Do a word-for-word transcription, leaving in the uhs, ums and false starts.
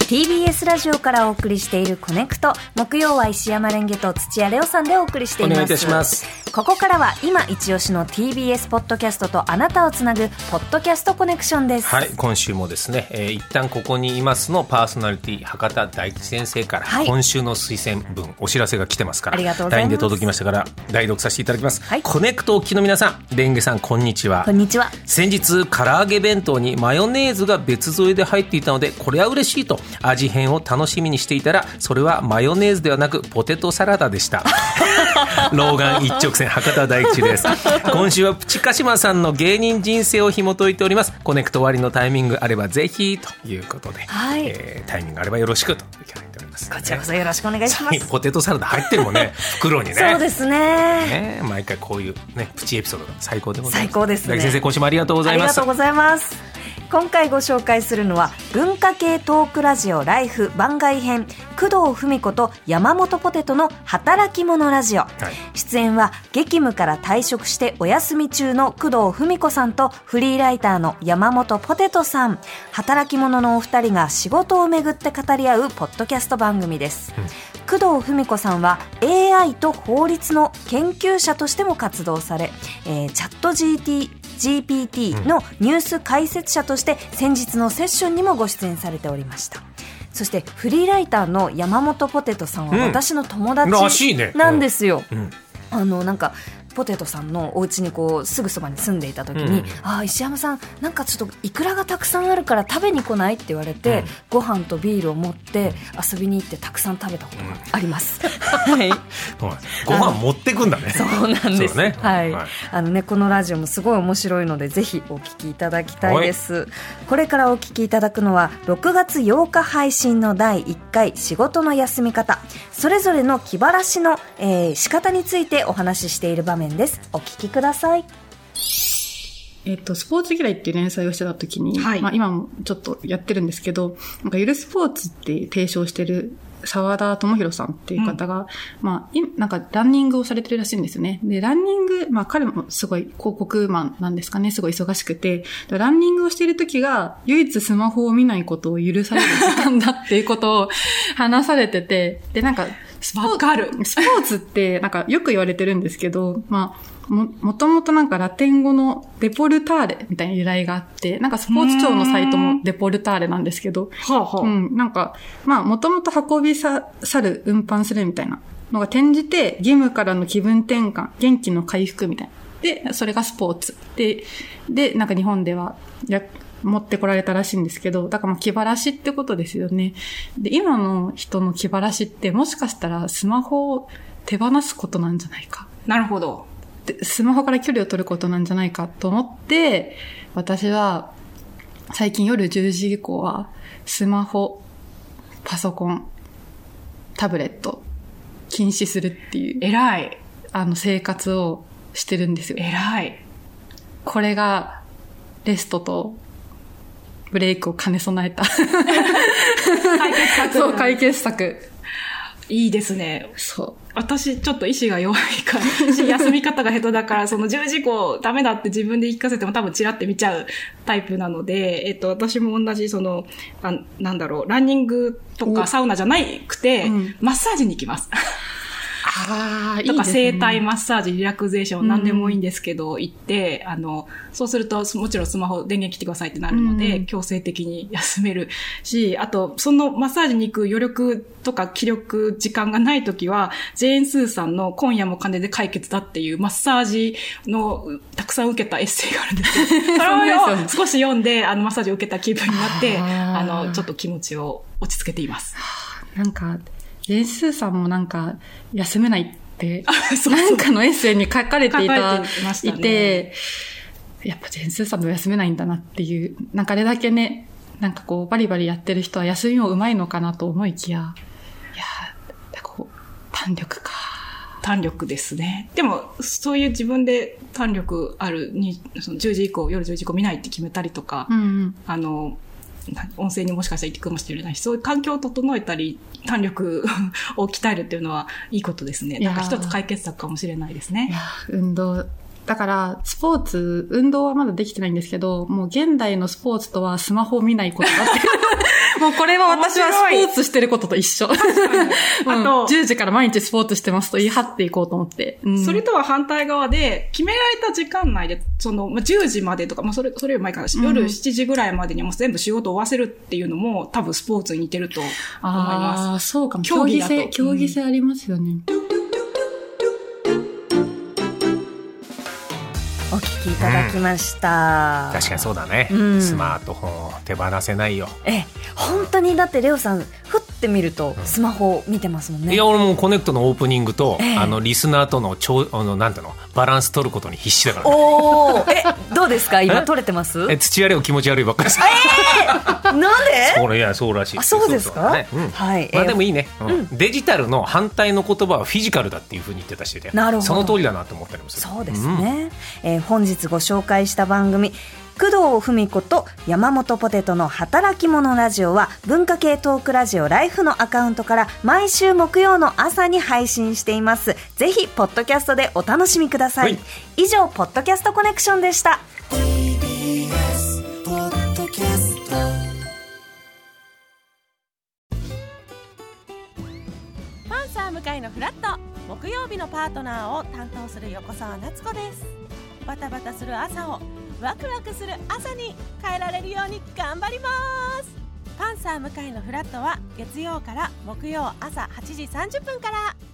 ティービーエス ラジオからお送りしているコネクト、木曜は石山レンゲと土屋レオさんでお送りしています。 お願いいたします。 ここからは今一押しの ティービーエス ポッドキャストとあなたをつなぐポッドキャストコネクションです。 はい、今週もですね、えー、一旦ここにいますのパーソナリティ博多大吉先生から、はい、今週の推薦文お知らせが来てますから、 ありがとうございます。 ラインで届きましたから代読させていただきます、 はい、 コネクトをお聞きの皆さん、レンゲさんこんにちは。 こんにちは。 先日唐揚げ弁当にマヨネーズが別添えで入っていたので、これは嬉しいと味変を楽しみにしていたら、それはマヨネーズではなくポテトサラダでした老眼一直線博多大吉です。今週はプチカシマさんの芸人人生を紐解いております。コネクト終わりのタイミングあればぜひということで、 はい、 えー、タイミングあればよろしくといただいております、ね、 こちらこそよろしくお願いします。 ポテトサラダ入ってるもんね袋にね。 そうですね。 ね、毎回こういう、ね、プチエピソードが最高でございます。 最高ですね。 先生今週もありがとうございます。 ありがとうございます。今回ご紹介するのは文化系トークラジオライフ番外編、工藤文子と山本ポテトの働き者ラジオ、はい、出演は激務から退職してお休み中の工藤文子さんとフリーライターの山本ポテトさん。働き者のお二人が仕事をめぐって語り合うポッドキャスト番組です、うん、工藤文子さんは エーアイ と法律の研究者としても活動され、えー、チャット ジーティージーピーティー のニュース解説者として先日のセッションにもご出演されておりました。そしてフリーライターの山本ポテトさんは私の友達なんですよ、うん、あのなんかポテトさんのお家にこうすぐそばに住んでいた時に、うん、あ石山さんなんかちょっとイクラがたくさんあるから食べに来ないって言われて、うん、ご飯とビールを持って遊びに行ってたくさん食べたことがあります、うんはい、 ご飯持ってくんだね。 そうなんです、 ね、 はいはい、 あのね、このラジオもすごい面白いのでぜひお聞きいただきたいです。これからお聞きいただくのはろくがつようか配信のだいいっかい仕事の休み方、それぞれの気晴らしの、えー、仕方についてお話ししている場面です。お聞きください。 えっと、スポーツ嫌いっていう連載をしてた時に、はい、まあ今もちょっとやってるんですけど、なんかゆるスポーツって提唱してる沢田智博さんっていう方が、うん、まあ、なんかランニングをされてるらしいんですよね。で、ランニング、まあ彼もすごい広告マンなんですかね、すごい忙しくて、ランニングをしている時が唯一スマホを見ないことを許される時間だっていうことを話されてて、で、なんか、スポーツ、スポーツってなんかよく言われてるんですけど、まあ、も、もともとなんかラテン語のデポルターレみたいな由来があって、なんかスポーツ庁のサイトもデポルターレなんですけど、はあはあ、うん、なんか、まあ、もともと運びさ、去る、運搬するみたいなのが転じて、義務からの気分転換、元気の回復みたいな。で、それがスポーツ。で、で、なんか日本では、や、持ってこられたらしいんですけど、だからもう気晴らしってことですよね。で、今の人の気晴らしってもしかしたらスマホを手放すことなんじゃないか。 なるほど。 で、スマホから距離を取ることなんじゃないかと思って、私は最近夜じゅうじ以降はスマホ、パソコン、タブレット禁止するっていう。 偉い。 あの生活をしてるんですよ。 偉い。 これがレストとブレイクを兼ね備えた解決策。 そう、解決策。 いいですね。 そう。 私、ちょっと意志が弱いから、休み方が下手だから、そのじゅうじ以降ダメだって自分で言い聞かせても多分チラって見ちゃうタイプなので、えっと、私も同じ、その、あなんだろう、ランニングとかサウナじゃなくて、うん、マッサージに行きます。 ああ、いいですね。 とか整体マッサージ、リラクゼーション、何でもいいんですけど、うん、行って、あの、そうすると、もちろんスマホ電源切ってくださいってなるので、うん、強制的に休めるし、あと、そのマッサージに行く余力とか気力、時間がないときは、ジェーン・スーさんの今夜も金で解決だっていうマッサージのたくさん受けたエッセイがあるんですけど、それを少し読んで、あの、マッサージを受けた気分になって、あ, あの、ちょっと気持ちを落ち着けています。 なんか、ジェーン・スーさんもなんか、休めないって、そうそうなんかのエッセイに書かれていた、てましたね、いて、やっぱジェーン・スーさんも休めないんだなっていう、なんかあれだけね、なんかこう、バリバリやってる人は休みもうまいのかなと思いきや、いやー、こう、胆力か。 胆力ですね。でも、そういう自分で胆力あるに、そのじゅうじ以降、夜じゅうじ以降見ないって決めたりとか、うんうん、あの、音声にもしかしたら行くかもしれないし、そういう環境を整えたり、胆力を鍛えるっていうのはいいことですね。なんか一つ解決策かもしれないですね。 いや、運動。だから、スポーツ、運動はまだできてないんですけど、もう現代のスポーツとはスマホを見ないことだって。 もうこれは私はスポーツしてることと一緒。あと、じゅうじから毎日スポーツしてますと言い張っていこうと思って。 うん、それとは反対側で、決められた時間内で、その、まあ、じゅうじまでとか、まあ、それ、それより前から、うん、夜しちじぐらいまでにもう全部仕事を終わせるっていうのも、多分スポーツに似てると思います。 ああ、そうかも。競技性、競技性ありますよね。うんお聞きいただきました、 うん、確かにそうだね、うん、スマートフォンを手放せないよ。 え本当にだってレオさんふって見るとスマホを見てますもんね、 うん、いや俺もコネクトのオープニングと、えー、あのリスナーとのちょあのなんていうのバランス取ることに必死だから、ね、 おえどうですか今取れてます？ え土屋レオ気持ち悪いばっかりです、 えー、なんで？ それいやそうらしい。 あそうですか、 ねうんはい、まあでもいいね、うん、デジタルの反対の言葉はフィジカルだっていうふうに言ってたしで、なるほどその通りだなと思ったりもする。 そうですね、うんえー、本日ご紹介した番組工藤文子と山本ポテトの働き者ラジオは文化系トークラジオライフのアカウントから毎週木曜の朝に配信しています。ぜひポッドキャストでお楽しみください、はい、以上ポッドキャストコネクションでした。 ティービーエス ポッドキャストパンサー向かいのフラット木曜日のパートナーを担当する横澤夏子です。バタバタする朝をワクワクする朝に変えられるように頑張ります。パンサー向かいのフラットは月曜から木曜朝はちじさんじゅっぷんから。